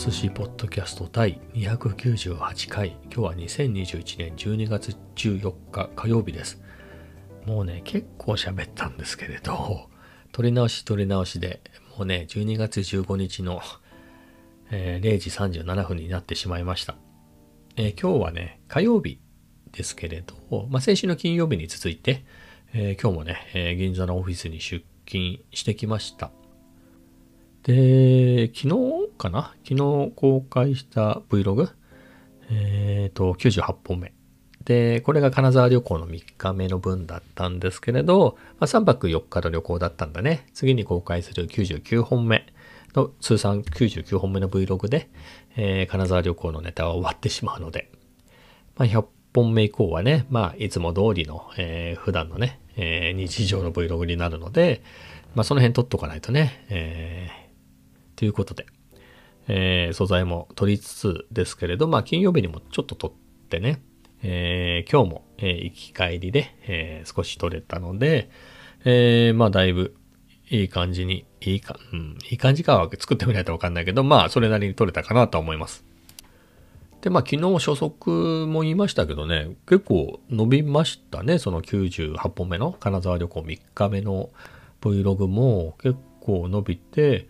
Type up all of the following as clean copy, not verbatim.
寿司ポッドキャスト第298回。今日は2021年12月14日火曜日です。もうね、結構喋ったんですけれど、撮り直しで、もうね、12月15日の、0時37分になってしまいました。今日はね、火曜日ですけれど、先週の金曜日に続いて、今日もね、銀座のオフィスに出勤してきました。で、昨日公開した Vlog、98本目。で、これが金沢旅行の3日目の分だったんですけれど、3泊4日の旅行だったんだね。次に公開する99本目の通算99本目の Vlog で、金沢旅行のネタは終わってしまうので、100本目以降はね、いつも通りの、普段のね、日常の Vlog になるので、その辺撮っとかないとね、ということで、素材も撮りつつですけれど、金曜日にもちょっと撮ってね、今日も、行き帰りで、少し撮れたので、だいぶいい感じに、いい感じかは作ってみないとわかんないけど、それなりに撮れたかなと思います。で、昨日初速も言いましたけどね、結構伸びましたね。その98本目の金沢旅行3日目の Vlog も結構伸びて、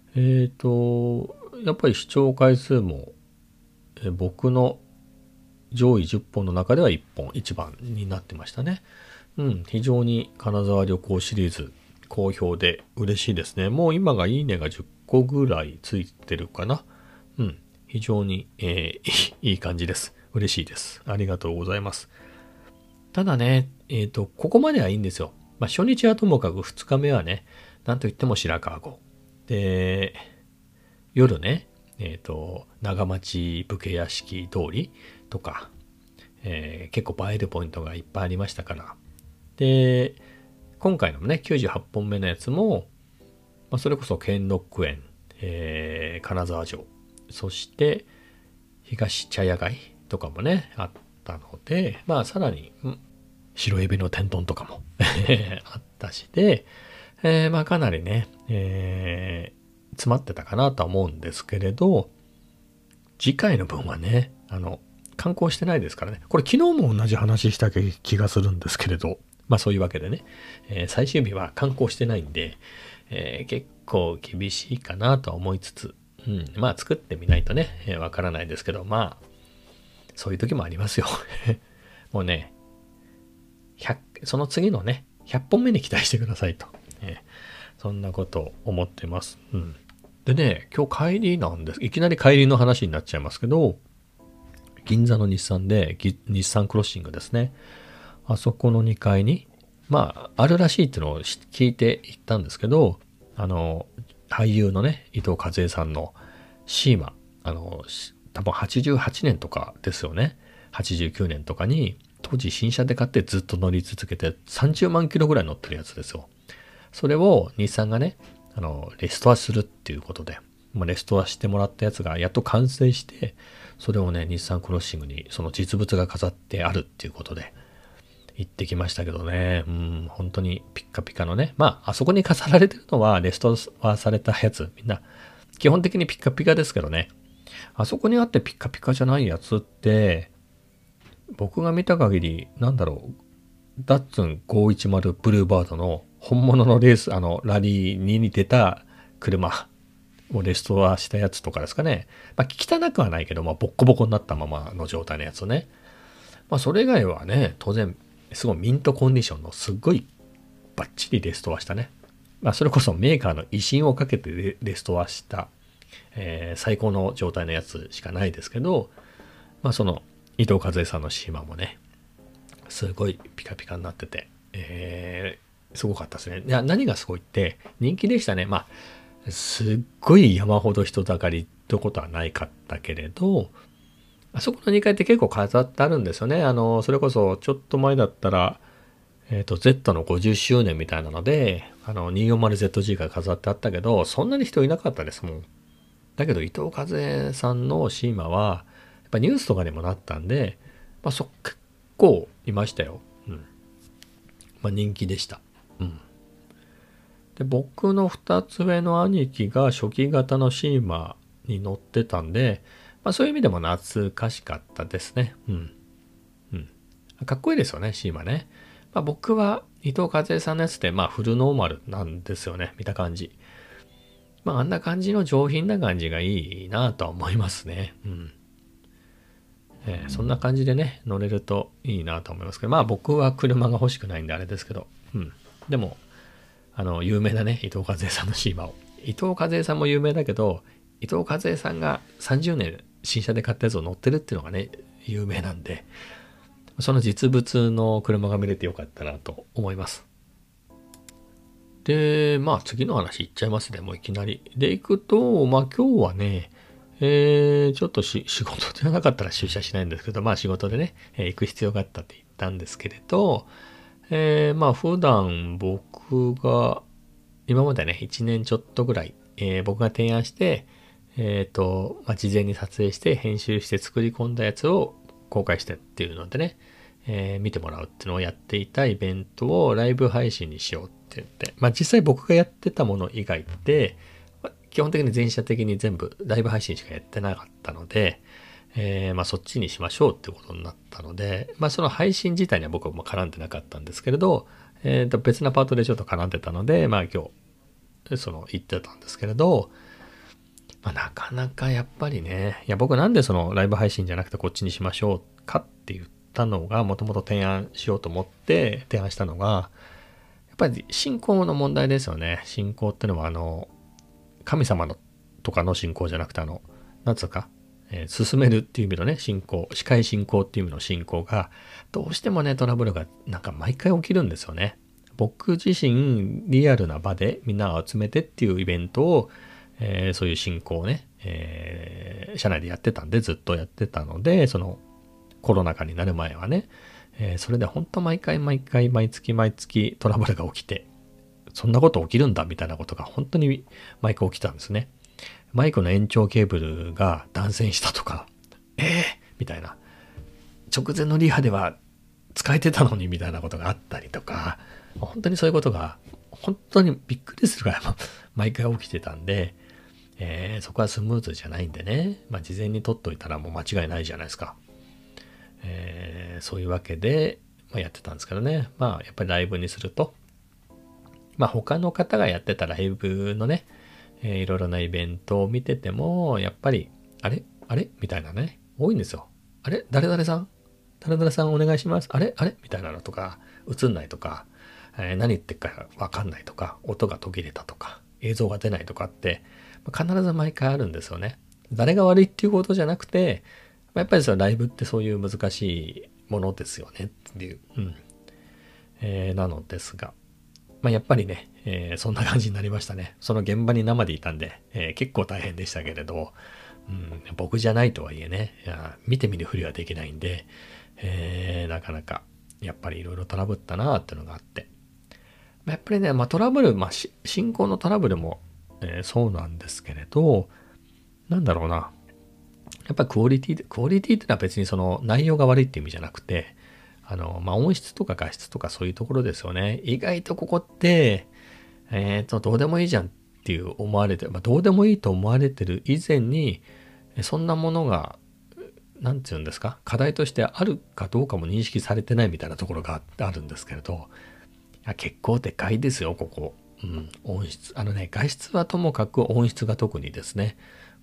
やっぱり視聴回数も、僕の上位10本の中では1番になってましたね。非常に金沢旅行シリーズ好評で嬉しいですね。もう今がいいねが10個ぐらいついてるかな。非常に、いい感じです。嬉しいです。ありがとうございます。ただね、ここまではいいんですよ。初日はともかく2日目はね、なんといっても白川郷。で、夜ね、長町武家屋敷通りとか、結構映えるポイントがいっぱいありましたから。で、今回のね、98本目のやつも、それこそ兼六園、金沢城、そして東茶屋街とかもね、あったので、さらに、白エビの天丼とかもあったしで、かなりね、詰まってたかなとは思うんですけれど、次回の分はね、観光してないですからね。これ昨日も同じ話した気がするんですけれど、そういうわけでね、最終日は観光してないんで、結構厳しいかなとは思いつつ、作ってみないとね、わからないですけど、そういう時もありますよ。もうね、その次のね、100本目に期待してくださいと。そんなことを思ってます。でね、今日帰りなんです。いきなり帰りの話になっちゃいますけど、銀座の日産で、日産クロッシングですね。あそこの2階に、あるらしいっていうのを聞いて行ったんですけど、俳優のね、伊藤和恵さんのシーマ、多分88年とかですよね。89年とかに、当時新車で買ってずっと乗り続けて30万キロぐらい乗ってるやつですよ。それを日産がね、レストアするっていうことで、レストアしてもらったやつがやっと完成して、それをね、日産クロッシングにその実物が飾ってあるっていうことで、行ってきましたけどね、本当にピッカピカのね、あそこに飾られてるのはレストアされたやつ、みんな、基本的にピッカピカですけどね、あそこにあってピッカピカじゃないやつって、僕が見た限り、ダッツン510ブルーバードの本物のレース、ラリーに似てた車をレストアしたやつとかですかね。汚くはないけど、ボッコボコになったままの状態のやつをね。それ以外はね、当然、すごいミントコンディションのすっごいバッチリレストアしたね。それこそメーカーの威信をかけてレストアした、最高の状態のやつしかないですけど、その伊藤和恵さんのシーマもね、すごいピカピカになってて、すごかったですね。いや、何がすごいって人気でしたね。すっごい山ほど人だかりってことはないかったけれど、あそこの2階って結構飾ってあるんですよね。それこそちょっと前だったら、Z の50周年みたいなので、240ZG が飾ってあったけど、そんなに人いなかったですもん。だけど伊藤和恵さんのシーマは、やっぱニュースとかにもなったんで、結構いましたよ。人気でした。で、僕の2つ上の兄貴が初期型のシーマに乗ってたんで、そういう意味でも懐かしかったですね。かっこいいですよね、シーマね。僕は伊藤和恵さんのやつってフルノーマルなんですよね、見た感じ。あんな感じの上品な感じがいいなとは思いますね。そんな感じでね、乗れるといいなと思いますけど、僕は車が欲しくないんであれですけど、でも、有名なね、伊藤和恵さんのシーマを。伊藤和恵さんも有名だけど、伊藤和恵さんが30年新車で買ったやつを乗ってるっていうのがね、有名なんで、その実物の車が見れてよかったなと思います。で、次の話いっちゃいますね、もういきなり。で、行くと、今日はね、ちょっと仕事じゃなかったら出社しないんですけど、仕事でね、行く必要があったって言ったんですけれど、普段僕が、今までね、1年ちょっとぐらい、僕が提案して、事前に撮影して編集して作り込んだやつを公開してっていうのでね、見てもらうっていうのをやっていたイベントをライブ配信にしようって言って、実際僕がやってたもの以外って、基本的に全社的に全部ライブ配信しかやってなかったので、そっちにしましょうってことになったので、その配信自体には僕はもう絡んでなかったんですけれど、別なパートでちょっと絡んでたので、今日、言ってたんですけれど、なかなかやっぱりね、僕なんでそのライブ配信じゃなくてこっちにしましょうかって言ったのが、もともと提案しようと思って提案したのが、やっぱり信仰の問題ですよね。信仰ってのは神様のとかの信仰じゃなくてなんつうか、進めるっていう意味のね、信仰、視界信仰っていう意味の信仰が、どうしてもね、トラブルがなんか毎回起きるんですよね。僕自身、リアルな場でみんなを集めてっていうイベントを、そういう信仰をね、社内でやってたんで、ずっとやってたので、そのコロナ禍になる前はね、それで本当毎回毎月トラブルが起きて、そんなこと起きるんだみたいなことが本当に毎回起きたんですね。マイクの延長ケーブルが断線したとか、みたいな。直前のリハでは使えてたのにみたいなことがあったりとか、本当にそういうことが本当にびっくりするぐらい毎回起きてたんで、そこはスムーズじゃないんでね、事前に撮っといたらもう間違いないじゃないですか。そういうわけで、やってたんですけどね。やっぱりライブにすると、他の方がやってたライブのね、いろいろなイベントを見てても、やっぱり、あれみたいなね、多いんですよ。誰々さんお願いします。みたいなのとか、映んないとか、何言ってるかわかんないとか、音が途切れたとか、映像が出ないとかって、必ず毎回あるんですよね。誰が悪いっていうことじゃなくて、やっぱりライブってそういう難しいものですよねっていう、なのですが、やっぱりね、そんな感じになりましたね。その現場に生でいたんで、結構大変でしたけれど、僕じゃないとはいえね、見てみるふりはできないんで、なかなかやっぱりいろいろトラブったなーっていうのがあって、やっぱりね、トラブル、進行のトラブルも、そうなんですけれど、なんだろうな、やっぱりクオリティっていうのは別にその内容が悪いっていう意味じゃなくて、音質とか画質とかそういうところですよね。意外とここって、どうでもいいじゃんっていう思われて、どうでもいいと思われてる以前に、そんなものが、なんていうんですか、課題としてあるかどうかも認識されてないみたいなところがあるんですけれど、結構でかいですよ、ここ。音質。画質はともかく音質が特にですね。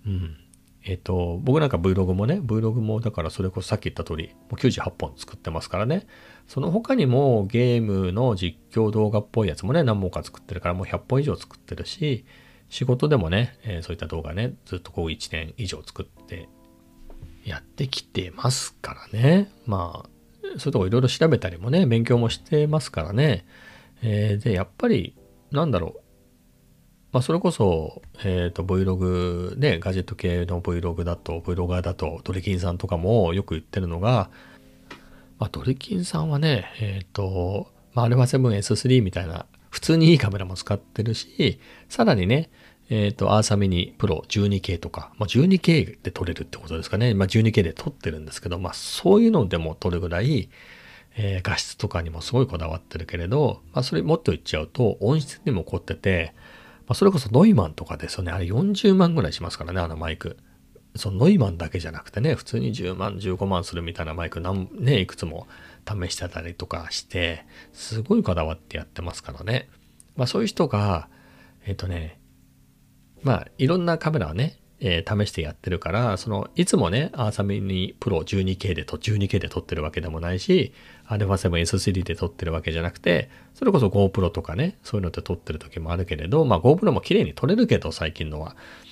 僕なんか Vlog もだからそれこそさっき言った通り、もう98本作ってますからね。その他にもゲームの実況動画っぽいやつもね、何本か作ってるからもう100本以上作ってるし、仕事でもね、そういった動画ね、ずっとこう1年以上作ってやってきてますからね。そういうとこいろいろ調べたりもね、勉強もしてますからね。で、やっぱり、なんだろう。それこそ、Vlog ね、ガジェット系の Vlogger だと、ドリキンさんとかもよく言ってるのが、ドリキンさんはね、α7S3 みたいな、普通にいいカメラも使ってるし、さらにね、アーサミニプロ 12K とか、12K で撮れるってことですかね。12K で撮ってるんですけど、そういうのでも撮るぐらい、画質とかにもすごいこだわってるけれど、それもっと言っちゃうと、音質にも凝ってて、それこそノイマンとかですよね。あれ40万ぐらいしますからね、あのマイク。 そのノイマンだけじゃなくてね、普通に10万、15万するみたいなマイクいくつも試してたりとかして、すごいこだわってやってますからね。そういう人が、いろんなカメラをね、試してやってるから、いつもね、アーサミニプロ 12K で撮ってるわけでもないし、α7S3 で撮ってるわけじゃなくて、それこそ GoPro とかね、そういうので撮ってる時もあるけれど、GoPro も綺麗に撮れるけど、最近のは。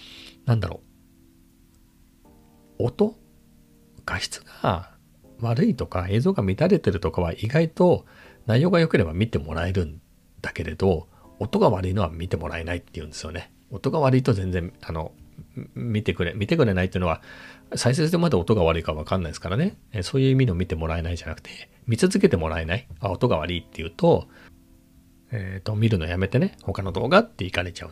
音画質が悪いとか映像が乱れてるとかは意外と内容が良ければ見てもらえるんだけれど、音が悪いのは見てもらえないっていうんですよね。音が悪いと全然見てくれないっていうのは、再生するまで音が悪いか分かんないですからね。そういう意味の見てもらえないじゃなくて、見続けてもらえない。音が悪いっていうと、見るのやめてね、他の動画って行かれちゃうって、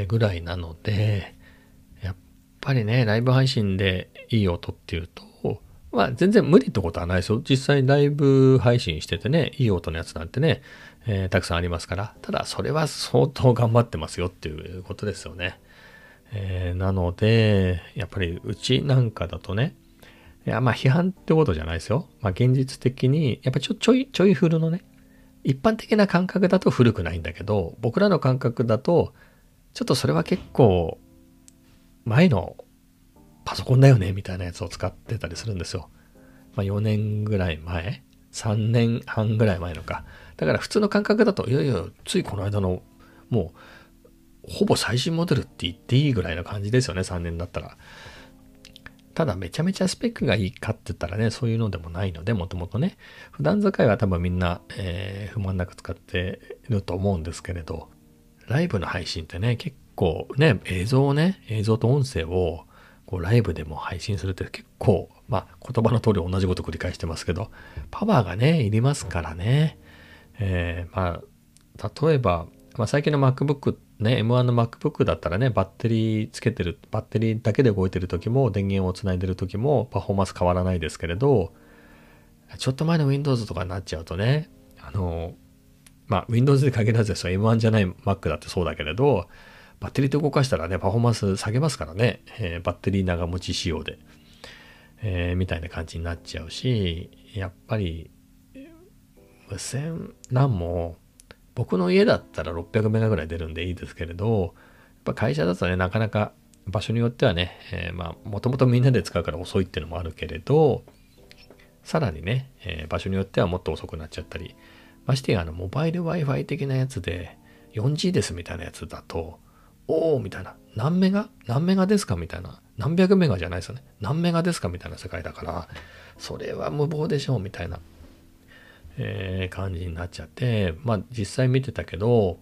ぐらいなので、やっぱりね、ライブ配信でいい音っていうと、全然無理ってことはないですよ。実際ライブ配信しててね、いい音のやつなんてね、たくさんありますから。ただそれは相当頑張ってますよっていうことですよね。なので、やっぱりうちなんかだとね、批判ってことじゃないですよ。現実的に、やっぱちょい古のね、一般的な感覚だと古くないんだけど、僕らの感覚だと、ちょっとそれは結構前のパソコンだよねみたいなやつを使ってたりするんですよ。4年ぐらい前 ?3 年半ぐらい前のか。だから普通の感覚だと、いやいや、ついこの間の、もう、ほぼ最新モデルって言っていいぐらいな感じですよね、3年だったら。ただめちゃめちゃスペックがいいかって言ったらね、そういうのでもないので、もともとね、普段使いは多分みんな、不満なく使っていると思うんですけれど、ライブの配信ってね、結構ね、映像と音声をこうライブでも配信するって結構、言葉の通り同じこと繰り返してますけど、パワーがね、いりますからね。例えば、最近の MacBook ね、M1 の MacBook だったらね、バッテリーだけで動いてる時も、電源をつないでる時も、パフォーマンス変わらないですけれど、ちょっと前の Windows とかになっちゃうとね、Windows で限らずですよ、M1 じゃない Mac だってそうだけれど、バッテリーで動かしたらね、パフォーマンス下げますからね、バッテリー長持ち仕様で、みたいな感じになっちゃうし、やっぱり、無線 LAN も、僕の家だったら600メガぐらい出るんでいいですけれど、やっぱ会社だとね、なかなか場所によってはね、もともとみんなで使うから遅いっていうのもあるけれど、さらにね、場所によってはもっと遅くなっちゃったり、ましてやモバイル Wi-Fi 的なやつで 4G ですみたいなやつだと、みたいな、何メガですかみたいな、何百メガじゃないですよね。何メガですかみたいな世界だから、それは無謀でしょうみたいな、感じになっちゃって、実際見てたけど、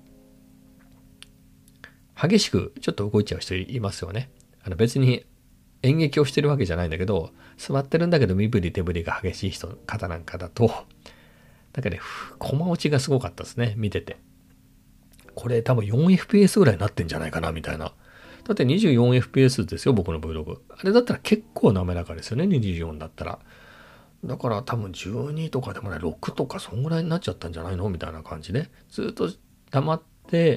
激しくちょっと動いちゃう人いますよね。別に演劇をしてるわけじゃないんだけど、座ってるんだけど身振り手振りが激しい方なんかだと、コマ落ちがすごかったですね、見てて。これ多分 4fps ぐらいになってんじゃないかな、みたいな。だって 24fps ですよ、僕の Vlog。あれだったら結構滑らかですよね、24だったら。だから多分12とかでもない、6とかそんぐらいになっちゃったんじゃないのみたいな感じで。ずっと黙って、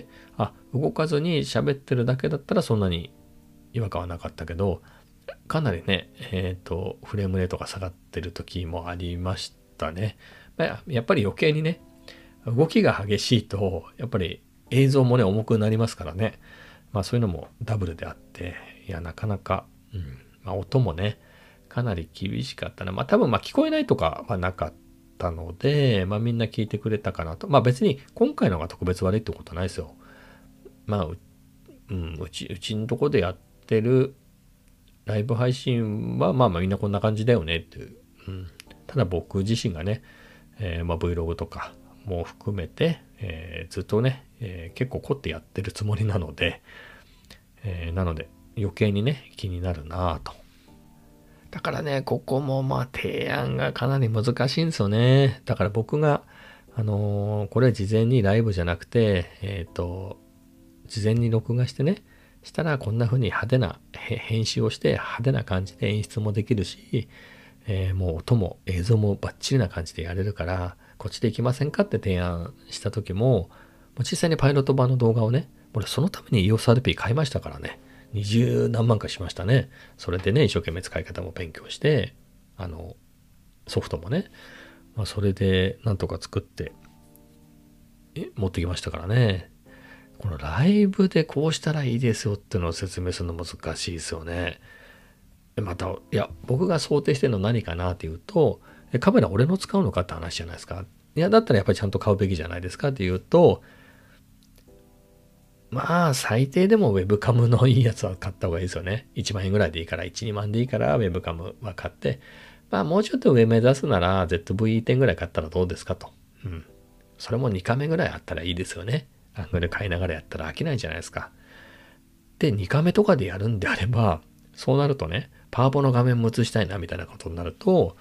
動かずに喋ってるだけだったらそんなに違和感はなかったけど、かなりね、フレームレートが下がってる時もありましたね。やっぱり余計にね、動きが激しいと、やっぱり映像もね、重くなりますからね。そういうのもダブルであって、いや、なかなか、音もね、かなり厳しかったな。多分聞こえないとかはなかったので、みんな聞いてくれたかなと。別に今回のが特別悪いってことはないですよ。うちのとこでやってるライブ配信はみんなこんな感じだよねっていう。ただ僕自身がね、Vlog とかも含めて、ずっとね、結構凝ってやってるつもりなので、余計にね、気になるなぁと。だからね、ここも提案がかなり難しいんですよね。だから僕が、これ事前にライブじゃなくて、事前に録画してね、したらこんな風に派手な編集をして派手な感じで演出もできるし、もう音も映像もバッチリな感じでやれるから、こっちで行きませんかって提案した時も、実際にパイロット版の動画をね、俺そのために EOSRP 買いましたからね。 20何万かしましたね。それでね、一生懸命使い方も勉強して、ソフトもね、それでなんとか作って、持ってきましたからね。このライブでこうしたらいいですよっていうのを説明するの難しいですよね。また、いや、僕が想定してるの何かなっていうと、カメラ俺の使うのかって話じゃないですか。いや、だったらやっぱりちゃんと買うべきじゃないですかっていうと、最低でもウェブカムのいいやつは買った方がいいですよね。1万円ぐらいでいいから、1、2万でいいからウェブカムは買って、もうちょっと上目指すなら ZV-10 ぐらい買ったらどうですかと。うん。それも2カメぐらいあったらいいですよね。アングル買いながらやったら飽きないじゃないですか。で、2カメとかでやるんであれば、そうなるとね、パワポの画面も映したいなみたいなことになると、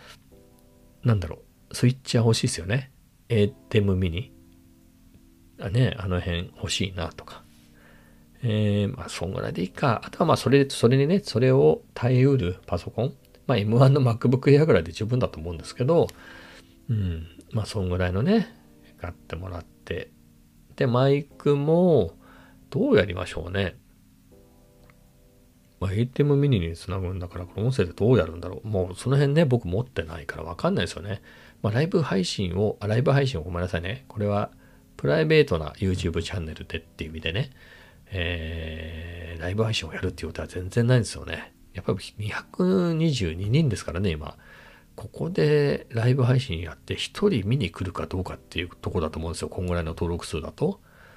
スイッチは欲しいですよね。ATEM ミニ。あの辺欲しいなとか。そんぐらいでいいか。あとはそれにね、それを耐えうるパソコン。M1 の MacBook Air ぐらいで十分だと思うんですけど、そんぐらいのね、買ってもらって。で、マイクも、どうやりましょうね。ATEM ミニにつなぐんだから、この音声でどうやるんだろう。もうその辺ね、僕持ってないからわかんないですよね。ライブ配信をごめんなさいね。これはプライベートな YouTube チャンネルでっていう意味でね、ライブ配信をやるっていうことは全然ないんですよね。やっぱり222人ですからね、今。ここでライブ配信やって一人見に来るかどうかっていうとこだと思うんですよ。こんぐらいの登録数だと。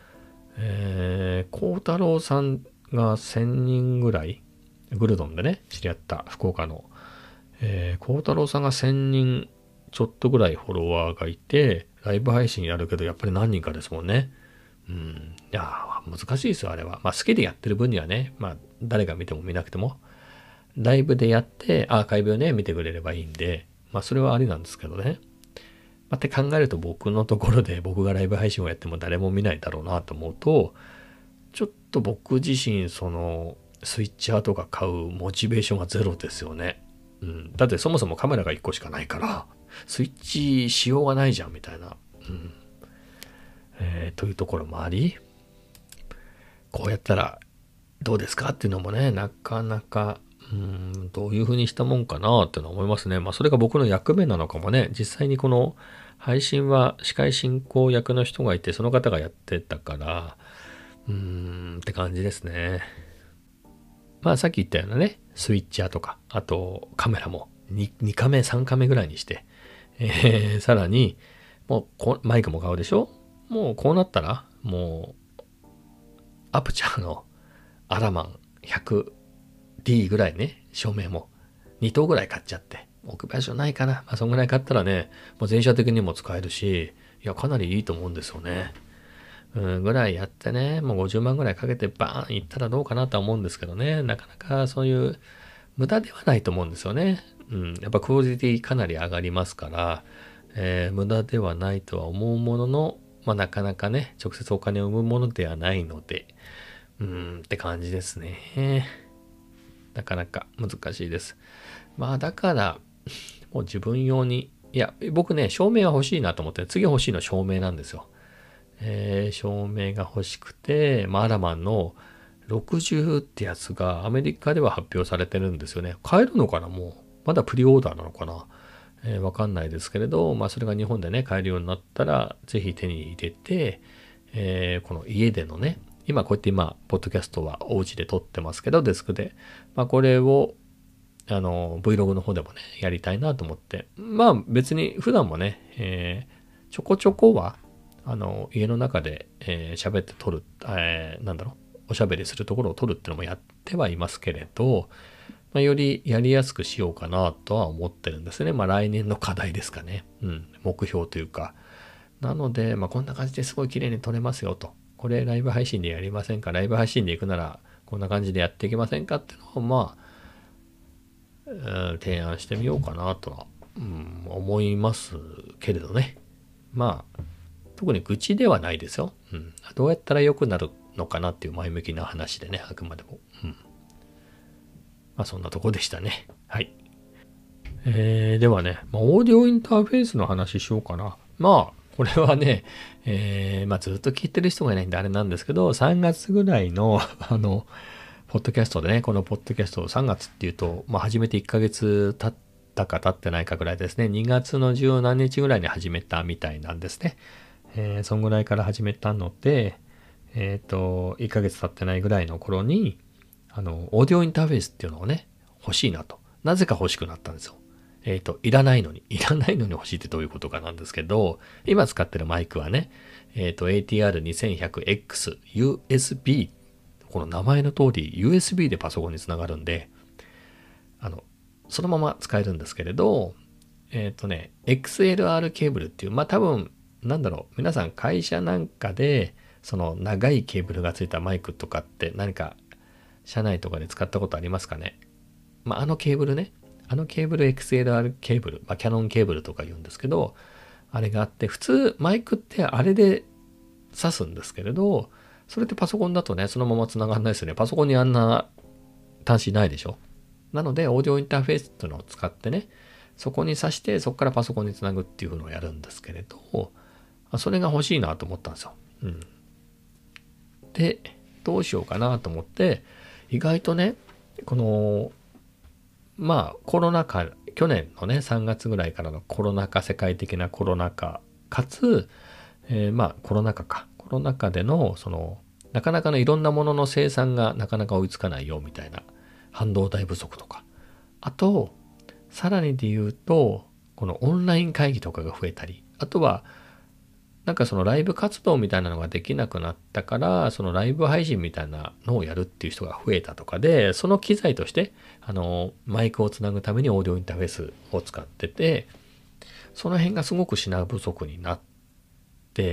孝太郎さんが1000人ぐらい、グルドンでね、知り合った福岡の、孝太郎さんが1000人ちょっとぐらいフォロワーがいて、ライブ配信やるけどやっぱり何人かですもんね。いや難しいですよ、あれは。好きでやってる分にはね、誰が見ても見なくても、ライブでやってアーカイブをね、見てくれればいいんで、それはありなんですけどね。って考えると僕のところで僕がライブ配信をやっても誰も見ないだろうなと思うと、ちょっと僕自身スイッチャーとか買うモチベーションがゼロですよね。だってそもそもカメラが1個しかないから、スイッチしようがないじゃんみたいな。というところもあり、こうやったらどうですかっていうのもね、なかなか、どういうふうにしたもんかなっていうのは思いますね。それが僕の役目なのかもね。実際にこの配信は司会進行役の人がいて、その方がやってたから、って感じですね。さっき言ったようなね、スイッチャーとか、あとカメラも2カメ、3カメぐらいにして、さらに、もうマイクも買うでしょ。もうこうなったら、もう、アプチャーのアラマン 100D ぐらいね、照明も2灯ぐらい買っちゃって、置く場所ないかな。そんぐらい買ったらね、もう全社的にも使えるし、いや、かなりいいと思うんですよね。ぐらいやってね、もう50万ぐらいかけてバーンいったらどうかなとは思うんですけどね、なかなかそういう無駄ではないと思うんですよね。やっぱクオリティかなり上がりますから、無駄ではないとは思うものの、なかなかね、直接お金を生むものではないので、って感じですね。なかなか難しいです。だから、もう自分用に、いや、僕ね、照明は欲しいなと思って、次欲しいのは照明なんですよ。照明が欲しくて、アラマンの60ってやつがアメリカでは発表されてるんですよね。買えるのかなもう。まだプリオーダーなのかなわかんないですけれど、それが日本でね、買えるようになったら、ぜひ手に入れて、この家でのね、こうやってポッドキャストはお家で撮ってますけど、デスクで。これを、Vlog の方でもね、やりたいなと思って。別に普段もね、ちょこちょこは、家の中で喋って撮る、おしゃべりするところを撮るってのもやってはいますけれど、よりやりやすくしようかなとは思ってるんですね。来年の課題ですかね。目標というか。なので、こんな感じですごい綺麗に撮れますよと。これライブ配信でやりませんか？ライブ配信で行くならこんな感じでやっていきませんかっていうのを提案してみようかなとは、思いますけれどね。特に愚痴ではないですよ。どうやったら良くなるのかなっていう前向きな話でね、あくまでも。そんなとこでしたね。はい。ではね、オーディオインターフェースの話しようかな。これはね、ずっと聞いてる人がいないんであれなんですけど、3月ぐらいの、ポポッドキャストでね、このポッドキャストを3月っていうと、始めて1ヶ月経ったか経ってないかぐらいですね。2月の十何日ぐらいに始めたみたいなんですね。そんぐらいから始めたので、1ヶ月経ってないぐらいの頃に、オーディオインターフェースっていうのをね、欲しいなと。なぜか欲しくなったんですよ。いらないのに欲しいってどういうことかなんですけど、今使ってるマイクはね、ATR2100X USB、この名前の通り USB でパソコンにつながるんで、そのまま使えるんですけれど、XLR ケーブルっていう、多分、皆さん会社なんかで、その長いケーブルがついたマイクとかって何か社内とかで使ったことありますかね。あのケーブルね、XLR ケーブル、キャノンケーブルとか言うんですけど、あれがあって、普通マイクってあれで挿すんですけれど、それってパソコンだとね、そのまま繋がんないですよね。パソコンにあんな端子ないでしょ。なので、オーディオインターフェースっていうのを使ってね、そこに挿して、そこからパソコンにつなぐっていうのをやるんですけれど、それが欲しいなと思ったんですよ。で、どうしようかなと思って、意外とね、この、コロナ禍、去年のね、3月ぐらいからのコロナ禍、世界的なコロナ禍、かつ、コロナ禍での、なかなかのいろんなものの生産がなかなか追いつかないよ、みたいな、半導体不足とか。あと、さらにで言うと、このオンライン会議とかが増えたり、あとは、そのライブ活動みたいなのができなくなったから、そのライブ配信みたいなのをやるっていう人が増えたとかで、その機材として、マイクをつなぐためにオーディオインターフェースを使ってて、その辺がすごく品不足になって、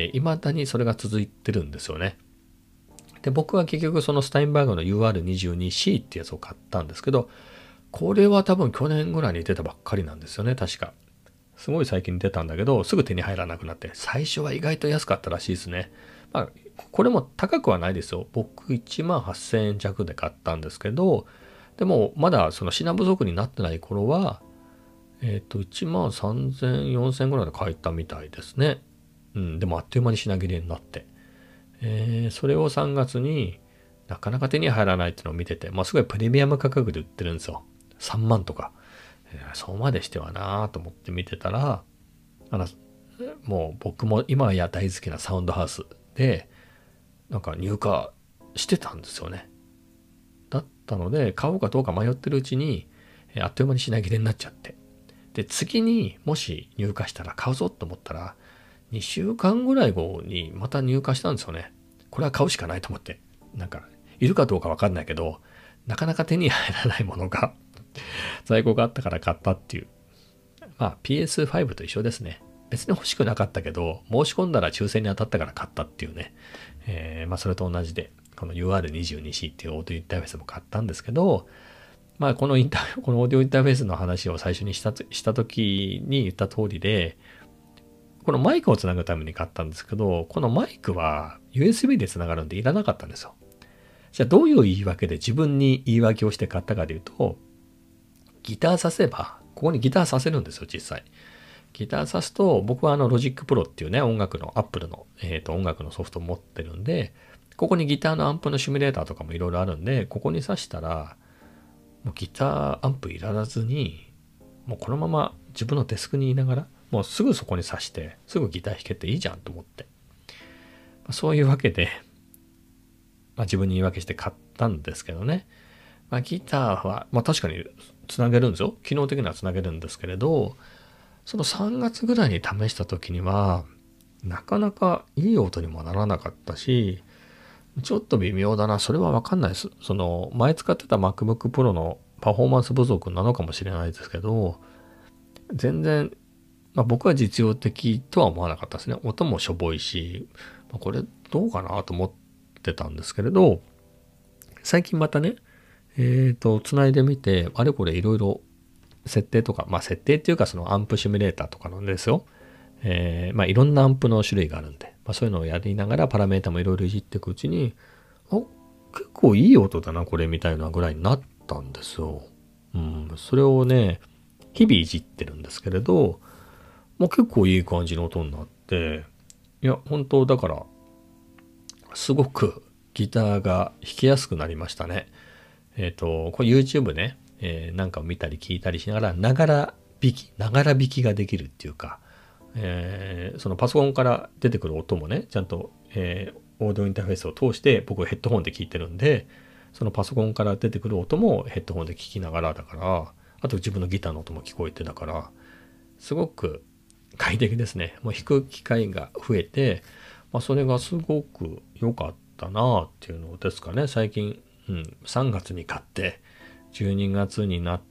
未だにそれが続いてるんですよね。で、僕は結局そのスタインバーグの UR22C ってやつを買ったんですけど、これは多分去年ぐらいに出たばっかりなんですよね、確か。すごい最近出たんだけど、すぐ手に入らなくなって、最初は意外と安かったらしいですね。これも高くはないですよ。僕18,000円弱で買ったんですけど、でもまだその品不足になってない頃は、13,000、4,000円ぐらいで買えたみたいですね。でもあっという間に品切れになって。それを3月になかなか手に入らないっていうのを見てて、すごいプレミアム価格で売ってるんですよ。3万とか。そうまでしてはなぁと思って見てたら、もう僕も今や大好きなサウンドハウスで、入荷してたんですよね。だったので、買おうかどうか迷ってるうちに、あっという間に品切れになっちゃって。で、次にもし入荷したら買うぞと思ったら、2週間ぐらい後にまた入荷したんですよね。これは買うしかないと思って。いるかどうかわかんないけど、なかなか手に入らないものが在庫があったから買ったっていう。PS5 と一緒ですね。別に欲しくなかったけど、申し込んだら抽選に当たったから買ったっていうね。それと同じで、この UR22C っていうオーディオインターフェースも買ったんですけど、このオーディオインターフェースの話を最初にした時に言った通りで、このマイクをつなぐために買ったんですけど、このマイクは USB でつながるんでいらなかったんですよ。じゃあどういう言い訳で自分に言い訳をして買ったかでいうと、ギターさせば、ここにギターさせるんですよ、実際。ギターさすと、僕はロジックプロっていうね、音楽の、アップルの、音楽のソフトを持ってるんで、ここにギターのアンプのシミュレーターとかもいろいろあるんで、ここに挿したら、もうギターアンプいらずに、もうこのまま自分のデスクにいながら、もうすぐそこに挿して、すぐギター弾けていいじゃんと思って。そういうわけで、自分に言い訳して買ったんですけどね。ギターは、確かにつなげるんですよ。機能的にはつなげるんですけれど、その3月ぐらいに試した時には、なかなかいい音にもならなかったし、ちょっと微妙だな。それはわかんないです。前使ってた MacBook Pro のパフォーマンス不足なのかもしれないですけど、全然、僕は実用的とは思わなかったですね。音もしょぼいし、これどうかなと思ってたんですけれど、最近またね、つないでみて、あれこれいろいろ設定とか、設定っていうかそのアンプシミュレーターとかなんですよ。いろんなアンプの種類があるんで、そういうのをやりながらパラメータもいろいろいじっていくうちに、結構いい音だなこれみたいなぐらいになったんですよ。それをね、日々いじってるんですけれど、結構いい感じの音になって、いや、本当だから、すごくギターが弾きやすくなりましたね。 これ YouTube ね、なんかを見たり聞いたりしながら、ながら弾きができるっていうか、そのパソコンから出てくる音もね、ちゃんと、オーディオインターフェースを通して僕ヘッドホンで聞いてるんで、そのパソコンから出てくる音もヘッドホンで聞きながらだから、あと自分のギターの音も聞こえてだから、すごく快適ですね。もう弾く機会が増えて、それがすごく良かったなっていうのですかね。最近、3月に買って、12月になって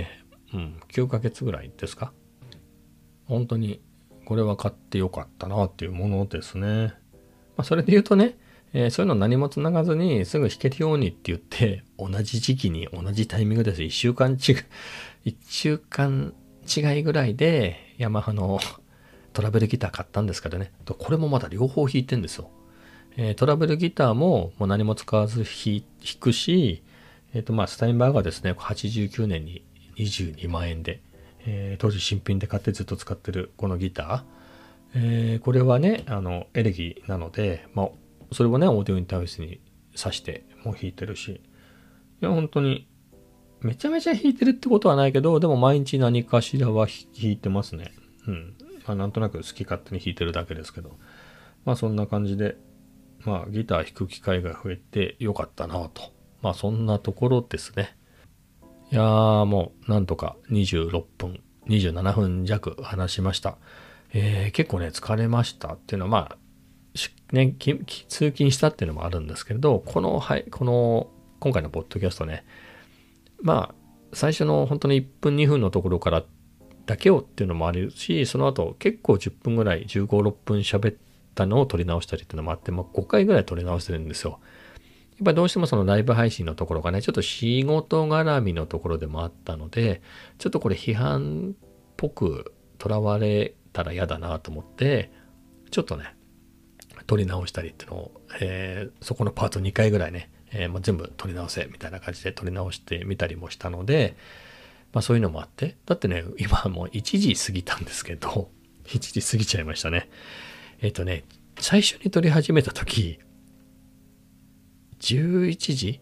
、9ヶ月ぐらいですか。本当にこれは買ってよかったなっていうものですね。それで言うとね、そういうの何もつながずにすぐ弾けるようにって言って、同じ時期に同じタイミングです。1週間違いぐらいでヤマハのトラベルギター買ったんですけどね。これもまだ両方弾いてんですよ。トラベルギターももう何も使わず弾くし、スタインバーガーですね、89年に22万円で、当時新品で買ってずっと使ってるこのギター。これはね、エレギなので、それをね、オーディオインターフェースに挿してもう弾いてるし、いや、本当に、めちゃめちゃ弾いてるってことはないけど、でも毎日何かしらは弾いてますね。なんとなく好き勝手に弾いてるだけですけど。そんな感じで、ギター弾く機会が増えてよかったなと。そんなところですね。いやーもうなんとか26分、27分弱話しました。結構ね、疲れましたっていうのは、ね、通勤したっていうのもあるんですけれど、今回のポッドキャストね、最初の本当に1分2分のところからだけをっていうのもあるし、その後結構10分ぐらい、15、6分喋ったのを撮り直したりっていうのもあって、5回ぐらい撮り直してるんですよ。やっぱりどうしてもそのライブ配信のところがね、ちょっと仕事絡みのところでもあったので、ちょっとこれ批判っぽくとらわれたら嫌だなと思って、ちょっとね、撮り直したりっていうのを、そこのパート2回ぐらいね、全部撮り直せみたいな感じで撮り直してみたりもしたので、そういうのもあって、だってね、今もう1時過ぎたんですけど、1時過ぎちゃいましたね。最初に撮り始めた時、11時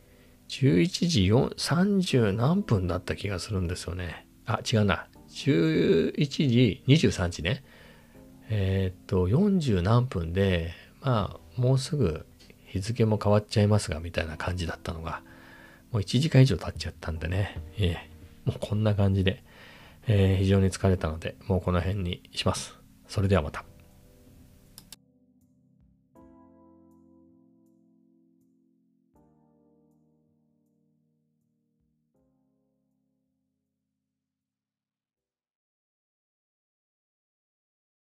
30何分だった気がするんですよね。違うな。11時、23時ね。40何分で、もうすぐ日付も変わっちゃいますが、みたいな感じだったのが、もう1時間以上経っちゃったんでね。もうこんな感じで、非常に疲れたので、もうこの辺にします。それではまた。